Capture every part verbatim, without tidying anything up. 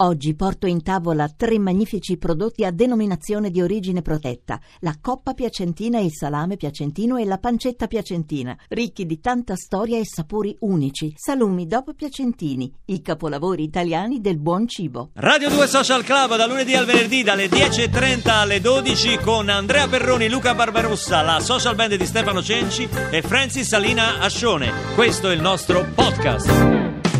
Oggi porto in tavola tre magnifici prodotti a denominazione di origine protetta: la coppa piacentina, il salame piacentino e la pancetta piacentina, ricchi di tanta storia e sapori unici. Salumi dopo piacentini, i capolavori italiani del buon cibo. Radio due Social Club da lunedì al venerdì dalle dieci e trenta alle dodici con Andrea Perroni, Luca Barbarossa, la social band di Stefano Cenci e Francis Salina Ascione. Questo è il nostro podcast.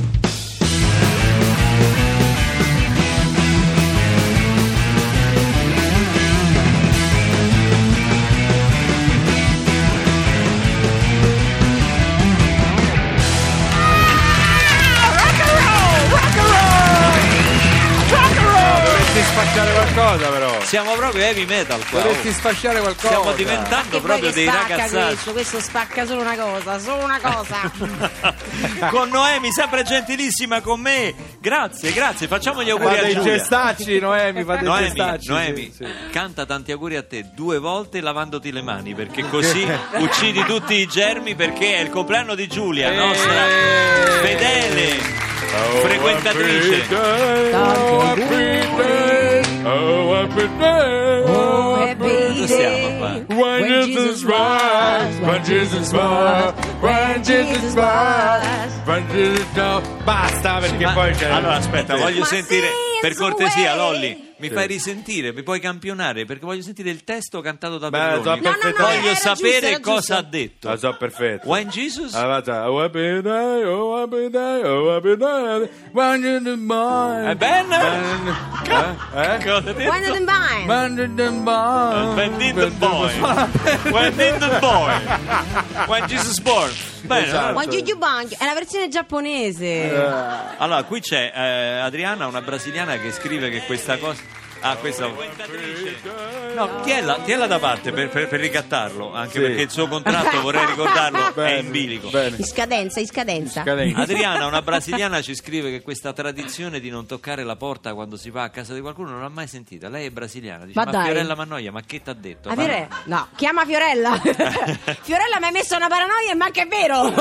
Sfasciare qualcosa, però siamo proprio heavy metal qua. Dovresti sfasciare qualcosa. Stiamo diventando che proprio dei ragazzati. Questo, questo spacca solo una cosa, solo una cosa. Con Noemi, sempre gentilissima con me. Grazie, grazie. Facciamo gli auguri fate a Giulia. i gestacci, Noemi, fate Noemi, i gestacci. Noemi, sì, sì. Canta tanti auguri a te due volte lavandoti le mani, perché così uccidi tutti i germi, perché è il compleanno di Giulia, nostra fedele Oh, frequentatrice. Oh, happy day, oh, happy day, Oh, happy Dove stiamo qua? when Jesus rise, when Jesus rise, when Jesus rise, when Jesus rise. Basta, perché Ma- poi c'è... Allora aspetta, voglio Ma sentire sì, per su, cortesia, eh. Lolli. Mi Sì. fai risentire, mi puoi campionare, perché voglio sentire il testo cantato da Beh, Perroni. so No, no, no, perfettamente. Voglio era sapere giusto, era cosa giusto. ha detto. La so perfetto. When Jesus? Ah, guarda, oh, happy day, oh, happy day, oh, happy day, when Jesus rise. È bene? When- eh? Eh? Cosa ha detto? When the divine. When Jesus rise. When did the boy? When did the boy? When Jesus born? Bene, Esatto. allora. When Juju Bang. È la versione giapponese. Allora, qui c'è eh, Adriana, una brasiliana, che scrive che questa cosa... Ah, questa no, tiella, tiella da parte per, per, per ricattarlo, anche Sì. perché il suo contratto, vorrei ricordarlo, è Bene, in bilico. bene. In scadenza, in scadenza. Scadente. Adriana, una brasiliana, ci scrive che questa tradizione di non toccare la porta quando si va a casa di qualcuno non l'ha mai sentita. Lei è brasiliana, dice: Ma ma, dai. Fiorella Mannoia, ma che t'ha detto? Ah, Ma- Fiore- No, chiama Fiorella. Fiorella mi ha messo una paranoia, ma che è vero.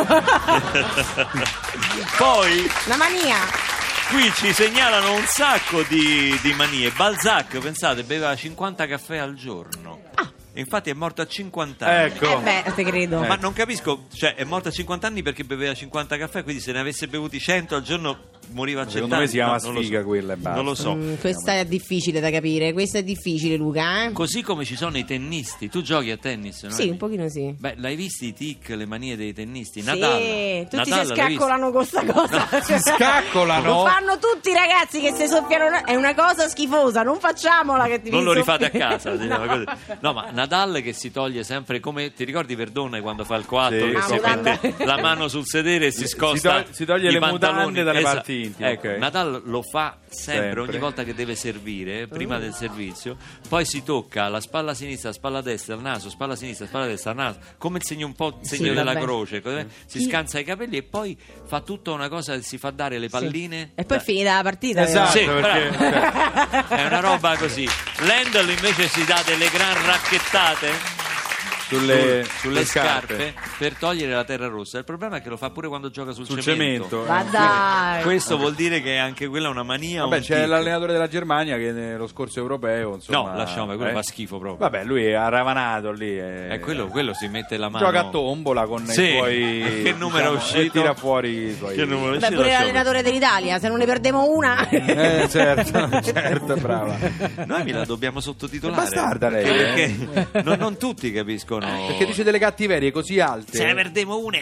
Poi Una mania. qui ci segnalano un sacco di, di manie. Balzac, pensate, beveva cinquanta caffè al giorno. Infatti è morto a cinquanta anni. Ecco. Eh beh, te credo. Ma non capisco, cioè è morto a cinquanta anni perché beveva cinquanta caffè, quindi se ne avesse bevuti cento al giorno moriva a cento Secondo me anni. si chiama No, non lo sfiga so. quella e basta. Non lo so. Mm, questa è difficile da capire. Questa è difficile, Luca. Eh? Così come ci sono i tennisti. Tu giochi a tennis, no? Sì, un pochino sì. Beh, l'hai visti i tic, le manie dei tennisti? Sì, Nadal. tutti Nadal, si l'hai scaccolano con sta cosa. Si scaccolano? Lo fanno tutti i ragazzi che si soffiano. È una cosa schifosa, non facciamola che ti Non lo devi rifate a soffiare. casa, diciamo così. No, ma Nadal che si toglie sempre, come ti ricordi Verdone quando fa il quattro, Sì, che sì. si Ah, mette mutanda. la mano sul sedere e si Si scosta, toglie- si toglie i le pantaloni. mutande dalle Esatto. parti intime, Ecco, ok. Nadal lo fa sempre, Sempre. ogni volta che deve servire, prima del servizio, poi si tocca la spalla sinistra, la spalla destra, il naso, spalla sinistra, spalla destra, il naso, come il segno un po' il segno Sì, della vabbè. croce, così, si scansa i capelli e poi fa tutta una cosa, si fa dare le palline. E poi è finita la partita. Esatto, Sì, perché... È una roba così. L'Handel invece si dà delle gran racchettate Sulle, sul- sulle scarpe. per togliere la terra rossa. Il problema è che lo fa pure quando gioca sul, sul cemento. cemento. Ma eh. dai. Questo vuol dire che anche quella è una mania. Vabbè, un c'è tic. l'allenatore della Germania che nello scorso europeo, insomma... No, lasciamo, quello eh. fa schifo proprio. Vabbè, lui ha ravanato lì. E... E quello, quello si mette la mano. Gioca a tombola con Sì. i suoi... Che numero è diciamo, uscito? e tira fuori i suoi... Che numero è Beh, uscito? pure Lasciamo. l'allenatore dell'Italia, se non ne perdiamo una. Eh, certo, certo, brava. Noi me la dobbiamo sottotitolare. È bastarda lei, Perché, eh. perché non, non tutti capiscono. Perché dice delle cattiverie così alte. Se ne perdiamo una.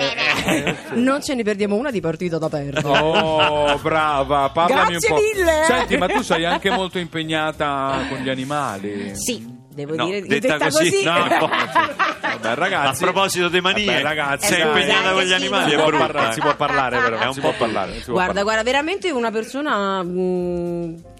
Non ce ne perdiamo una di partita da perdere. Oh, brava, parlami Grazie un po'. mille. Senti, ma tu sei anche molto impegnata con gli animali. Sì, devo No, dire detta così, no, vabbè, ragazzi. A proposito dei manie, Vabbè, ragazzi, sei Eh, impegnata dai, con che gli animali, si è può, brutta. parlare, si può parlare però, È un si po' può parlare, si può Guarda, parlare. guarda, veramente una persona mh,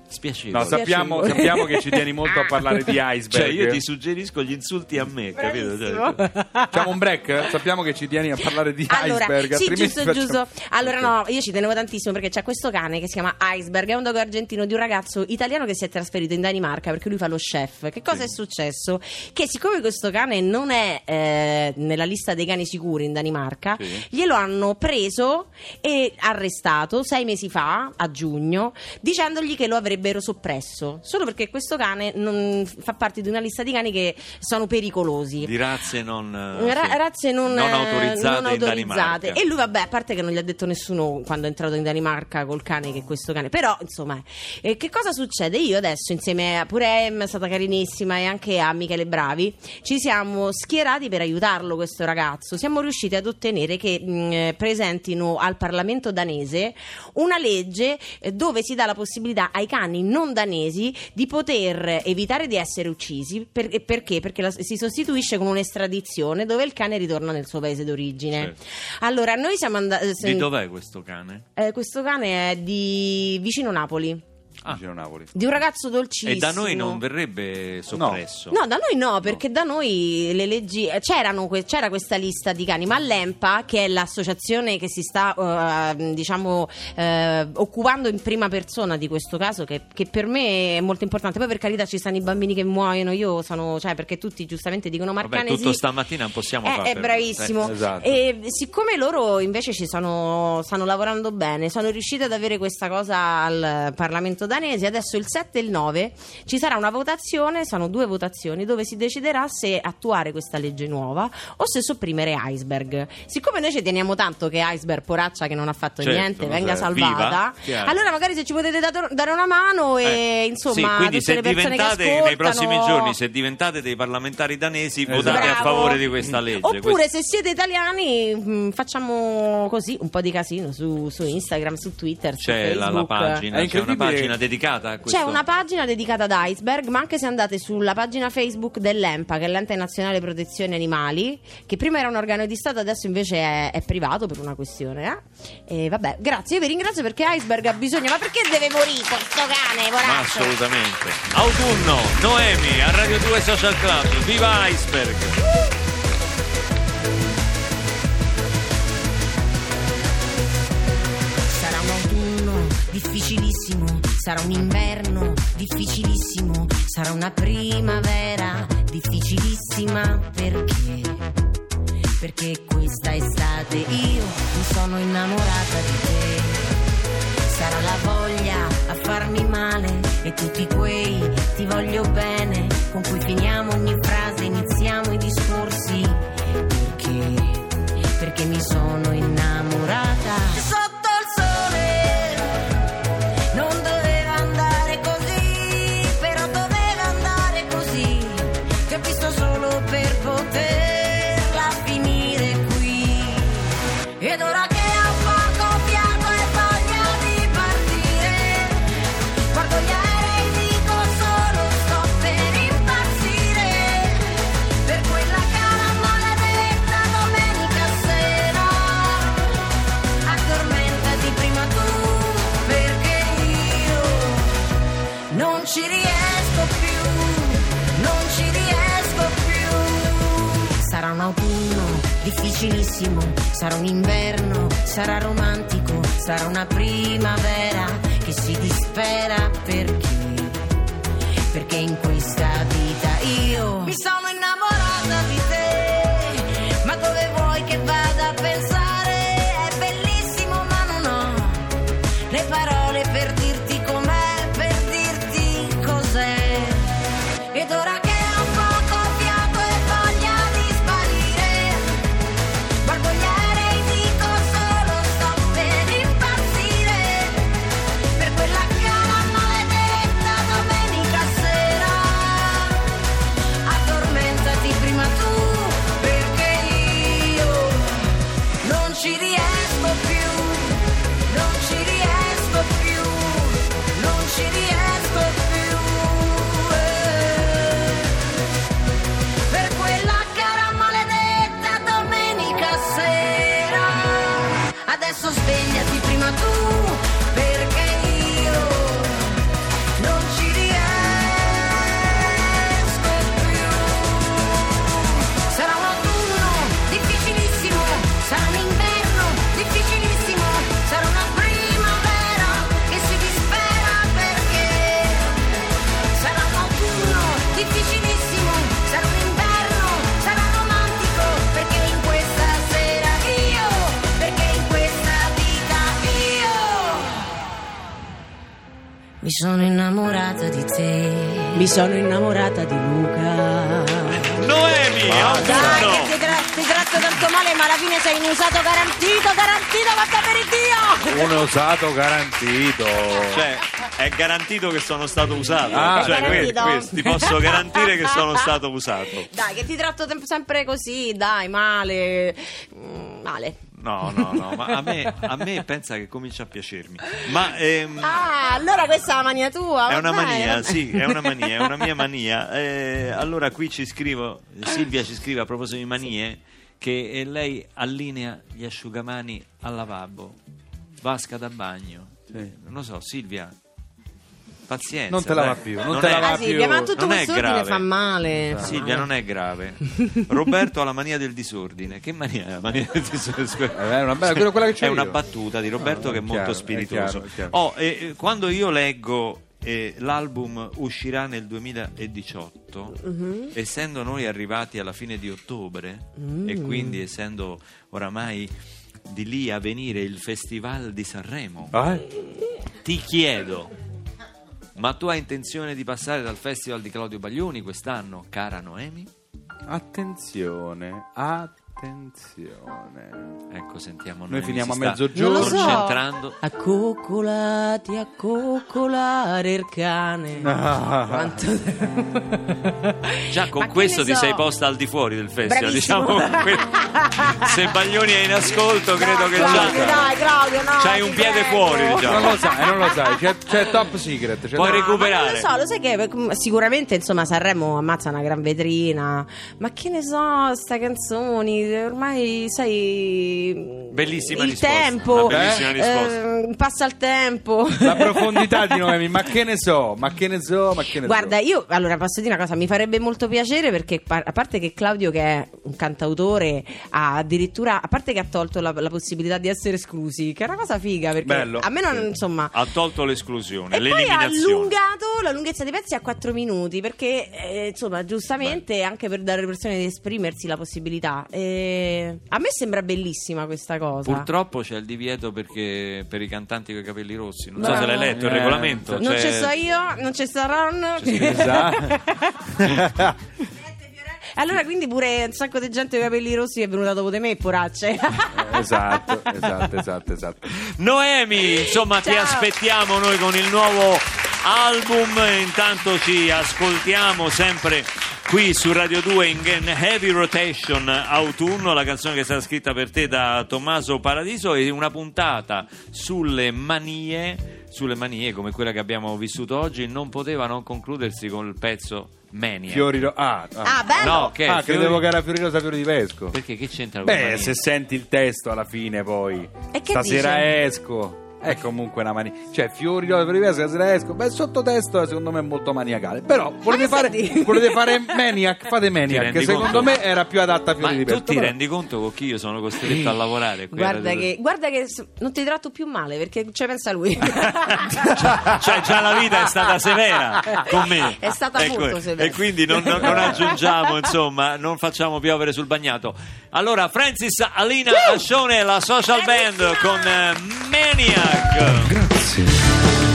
Spiacevole. No, sappiamo, Piacevole. sappiamo che ci tieni molto a parlare di iceberg. Cioè, io ti suggerisco gli insulti a me, capito? Bravissimo. Cioè, Facciamo un break? Sappiamo che ci tieni a parlare di Allora, iceberg. sì, altrimenti giusto, facciamo- giusto. Allora, Ok. no, io ci tenevo tantissimo perché c'è questo cane che si chiama Iceberg, è un dogo argentino di un ragazzo italiano che si è trasferito in Danimarca perché lui fa lo chef. Che cosa Sì. è successo? Che siccome questo cane non è eh, nella lista dei cani sicuri in Danimarca, Sì. glielo hanno preso e arrestato sei mesi fa, a giugno, dicendogli che lo avrebbero soppresso, solo perché questo cane non fa parte di una lista di cani che sono pericolosi. di razze non, eh, Ra- sì. razze non, non eh, autorizzate, non in Danimarca. E lui, vabbè, a parte che non gli ha detto nessuno quando è entrato in Danimarca col cane che questo cane, però insomma, eh, che cosa succede? Io adesso insieme a pure Em, è stata carinissima, e anche a Michele Bravi, ci siamo schierati per aiutarlo questo ragazzo. Siamo riusciti ad ottenere che mh, presentino al Parlamento danese una legge eh, dove si dà la possibilità ai cani non danesi di poter evitare di essere uccisi. Per- perché? Perché la- si sostituisce con un'estradizione dove il cane ritorna nel suo paese d'origine. Certo. Allora, noi siamo andati. Di dov'è questo cane? Eh, questo cane è di vicino Napoli, Ah. Vicino Napoli. di un ragazzo dolcissimo. E da noi non verrebbe soppresso? No, da noi no, perché da noi le leggi eh, c'erano que- c'era questa lista di cani, ma l'Empa, che è l'associazione che si sta eh, diciamo eh, occupando in prima persona di questo caso, che, che per me è molto importante. Poi per carità ci stanno i bambini che muoiono, io sono, cioè, perché tutti giustamente dicono Vabbè, Marcanesi tutto stamattina non possiamo eh, fare è per- bravissimo. Eh, esatto. E siccome loro invece ci stanno, stanno lavorando bene, sono riusciti ad avere questa cosa al Parlamento danese. Adesso il sette e il nove ci sarà una votazione, sono due votazioni dove si deciderà se attuare questa legge nuova o se sopprimere Iceberg. Siccome noi ci teniamo tanto che Iceberg, poraccia che non ha fatto Certo, niente, venga cioè, salvata, viva, chiaro. allora magari se ci potete dato- dare una mano e Eh, insomma sì, quindi tutte se le persone che diventate ascoltano, nei prossimi giorni, se diventate dei parlamentari danesi, Esatto. votate a Bravo. favore di questa legge. Oppure Questo- se siete italiani mh, facciamo così un po' di casino su, su Instagram, su Twitter, su c'è la, la Facebook. pagina, È c'è una incredibile. pagina dedicata a questo. C'è una pagina dedicata ad Iceberg, ma anche se andate sulla pagina Facebook dell'Empa, che è l'Ente Nazionale Protezione Animali, che prima era un organo di Stato, adesso invece è, è privato per una questione. Eh? E vabbè, grazie, io vi ringrazio perché Iceberg ha bisogno. Ma perché deve morire questo cane, Ma poraccio? assolutamente. Autunno, Noemi a Radio due Social Club. Viva Iceberg! Sarà un autunno difficilissimo, sarà un inverno difficilissimo, sarà una primavera difficilissima. Perché? Perché questa estate io mi sono innamorata di te. Sarà la voglia a farmi male e tutti quei ti voglio bene con cui finiamo ogni frase, iniziamo i discorsi. Perché? Perché mi sono innamorata. Sotto il sole non doveva andare così, però doveva andare così. Ti ho visto solo per poterla finire qui. Ed ora che ho poco fiato e voglia di partire, guardo gli aerei, dico solo sto per impazzire. Per quella cara maledetta domenica sera, addormentati prima tu, perché io non ci riesco più, non ci riesco più. Sarà un autunno difficilissimo, sarà un inverno, sarà romantico, sarà una primavera che si dispera. Perché? Perché in questa vita io mi sono innamorata di te. Ma dove vuoi che vada a pensare? È bellissimo ma non ho le parole per dirti com'è, per dirti cos'è. Ed ora che ho poco fiato e voglia di sparire, guardo gli aerei, dico solo sto per impazzire. Per quella cara maledetta domenica sera, addormentati sono innamorata di te. Mi sono innamorata di Luca. Noemi, Dai, autunno. che ti, tra- ti tratto tanto male, ma alla fine sei un usato garantito, garantito, fatta per il Dio! Un usato garantito. Cioè, è garantito che sono stato usato. Ah, cioè, è que- garantito. questo, ti posso garantire che sono stato usato. Dai, che ti tratto tem- sempre così, dai, male. Mm, male. No, no, no, ma a me, a me pensa che comincia a piacermi. Ma ehm, Ah, allora questa è la mania tua? è una vabbè. mania, sì, è una mania, è una mia mania. Eh, allora qui ci scrivo, Silvia ci scrive a proposito di manie che eh, lei allinea gli asciugamani al lavabo, vasca da bagno. Sì. Non lo so, Silvia, pazienza. Non te la dai. va più, non Non te è- la va Ah, più. Silvia, ma tutto non è questo ordine grave. fa male. fa Silvia, male. non è grave. Roberto ha la mania del disordine. Che mania è la mania del disordine? È una bella- quella- quella che c'ho È una io. battuta di Roberto No, che è è molto chiaro, è spiritoso. chiaro, è chiaro. Oh, e, e, quando io leggo eh, l'album uscirà nel duemiladiciotto, Mhm. essendo noi arrivati alla fine di ottobre Mm. e quindi essendo oramai di lì a venire il Festival di Sanremo, Ah, ti chiedo, ma tu hai intenzione di passare dal Festival di Claudio Baglioni quest'anno, cara Noemi? attenzione, attenzione. Ecco, sentiamo Noi Noemi, finiamo si a sta mezzogiorno. Non lo so. concentrando. Accoccolati, accoccolare il cane. Ah. Quanto... Già con Ma che questo ne ti so? sei posta al di fuori del festival, Bravissimo. diciamo. que- Se Baglioni è in ascolto, credo che Claudio, già dai, Claudio, no. c'hai ti un piede prego. fuori, diciamo. Non lo sai, non lo sai, c'è, c'è top secret. C'è Puoi top- recuperare. Ma non lo so, lo sai che mm, sicuramente insomma Sanremo ammazza una gran vetrina, ma che ne so, sta canzoni, ormai sai Bellissima il risposta, tempo, una bellissima risposta. eh, passa il tempo. La profondità di Noemi, ma che ne so, ma che ne so, ma che ne Guarda, so. io allora posso dire una cosa, mi farebbe molto piacere perché par- a parte che Claudio, che è un cantautore, ha addirittura, a parte che ha tolto la, la possibilità di essere esclusi, che è una cosa figa perché Bello. a me non Sì. insomma. Ha tolto l'esclusione, E poi ha l'eliminazione. allungato la lunghezza dei pezzi a quattro minuti perché, eh, insomma, giustamente anche per dare alle persone di esprimersi la possibilità. Eh, a me sembra bellissima questa cosa. Purtroppo c'è il divieto perché per i cantanti con i capelli rossi. Non so Bravo. se l'hai letto il Eh, regolamento. Non c'è- ci so io, non ci saranno. Esatto. Allora, quindi pure un sacco di gente con i capelli rossi è venuta dopo di me, poracce. esatto, esatto, esatto, esatto. Noemi, insomma, ti Ciao. aspettiamo noi con il nuovo album. Intanto ci ascoltiamo sempre qui su Radio due in Heavy Rotation Autunno, la canzone che è stata scritta per te da Tommaso Paradiso, e una puntata sulle manie, sulle manie come quella che abbiamo vissuto oggi non poteva non concludersi con il pezzo Maniac. Fiori ro- ah, ah. Ah, bello. No, che Ah, Fiori- credevo che era Fiori Rosa Fiori di Vesco. Perché che c'entra con Beh, Maniac? se senti il testo alla fine poi E che stasera dice? esco. È comunque una mania. Cioè, Fiori Rosa Fiori di Vesco, stasera esco. Beh, il sottotesto secondo me è molto maniacale. Però volete che fare, senti? volete fare Maniac, fate Ti Maniac, rendi che secondo conto? me era più adatta a Ma Fiori di tu Vesco. ti però- rendi conto con chi io sono costretto a lavorare qui a Guarda Radio che, guarda che s- non ti tratto più male perché ci pensa lui. Cioè già la vita è stata severa con me. È stata molto severa. E quindi non, non- non aggiungiamo, insomma, non facciamo piovere sul bagnato. Allora, Francis Alina Ascione e la Social Band con eh, Maniac. Grazie.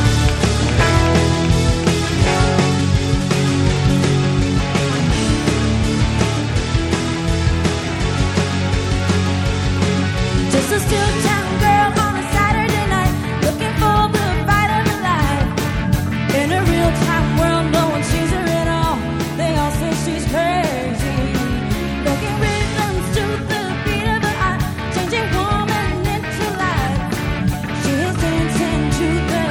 Just a still town girl on a Saturday night, looking for the fight of her life. In a real time world, no one sees her at all. They all say she's crazy. Looking rhythms to the beat of her heart, changing woman into life. She is dancing to the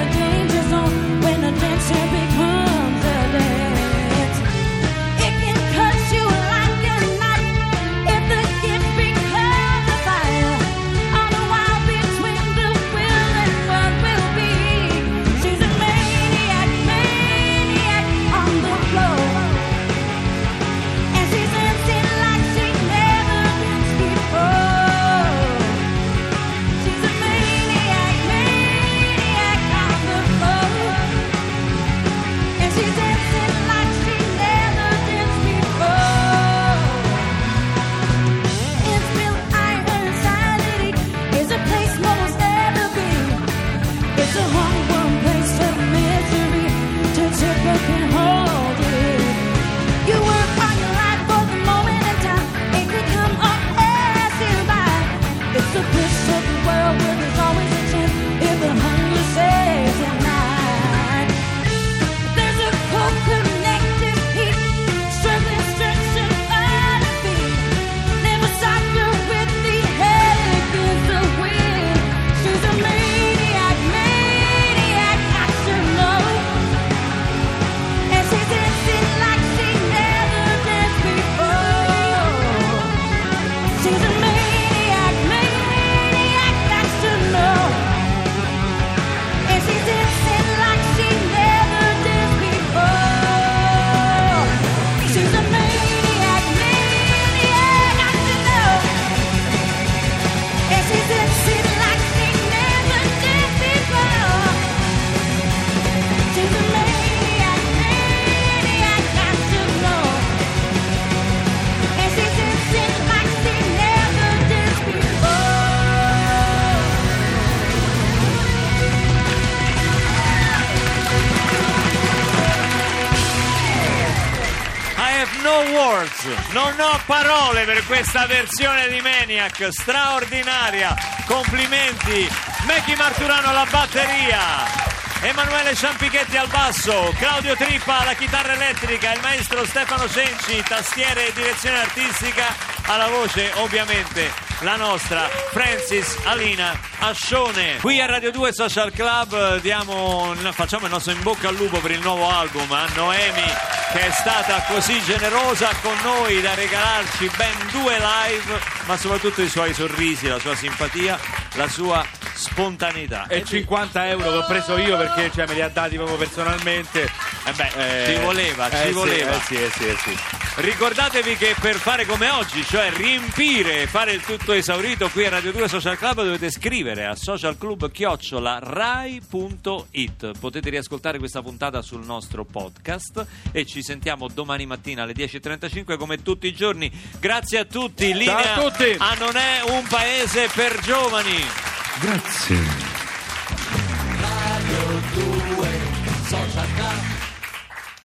no words, non ho parole per questa versione di Maniac, straordinaria. Complimenti. Mackie Marturano alla batteria, Emanuele Ciampichetti al basso, Claudio Trippa alla chitarra elettrica, il maestro Stefano Cenci, tastiere e direzione artistica, alla voce ovviamente la nostra Francis Alina Ascione. Qui a Radio due Social Club diamo, facciamo il nostro in bocca al lupo per il nuovo album a Noemi, che è stata così generosa con noi da regalarci ben due live, ma soprattutto i suoi sorrisi, la sua simpatia, la sua spontaneità. E cinquanta euro che ho preso io perché cioè, me li ha dati proprio personalmente. Eh beh, Eh, ci voleva, ci eh sì, voleva. eh sì, eh sì, eh sì. Ricordatevi che per fare come oggi, cioè riempire, fare il tutto esaurito qui a Radio due Social Club, dovete scrivere a socialclub chiocciola rai punto it. Potete riascoltare questa puntata sul nostro podcast e ci sentiamo domani mattina alle dieci e trentacinque come tutti i giorni. Grazie a tutti. Linea Ciao a tutti. a Non è un paese per giovani. Grazie. Radio due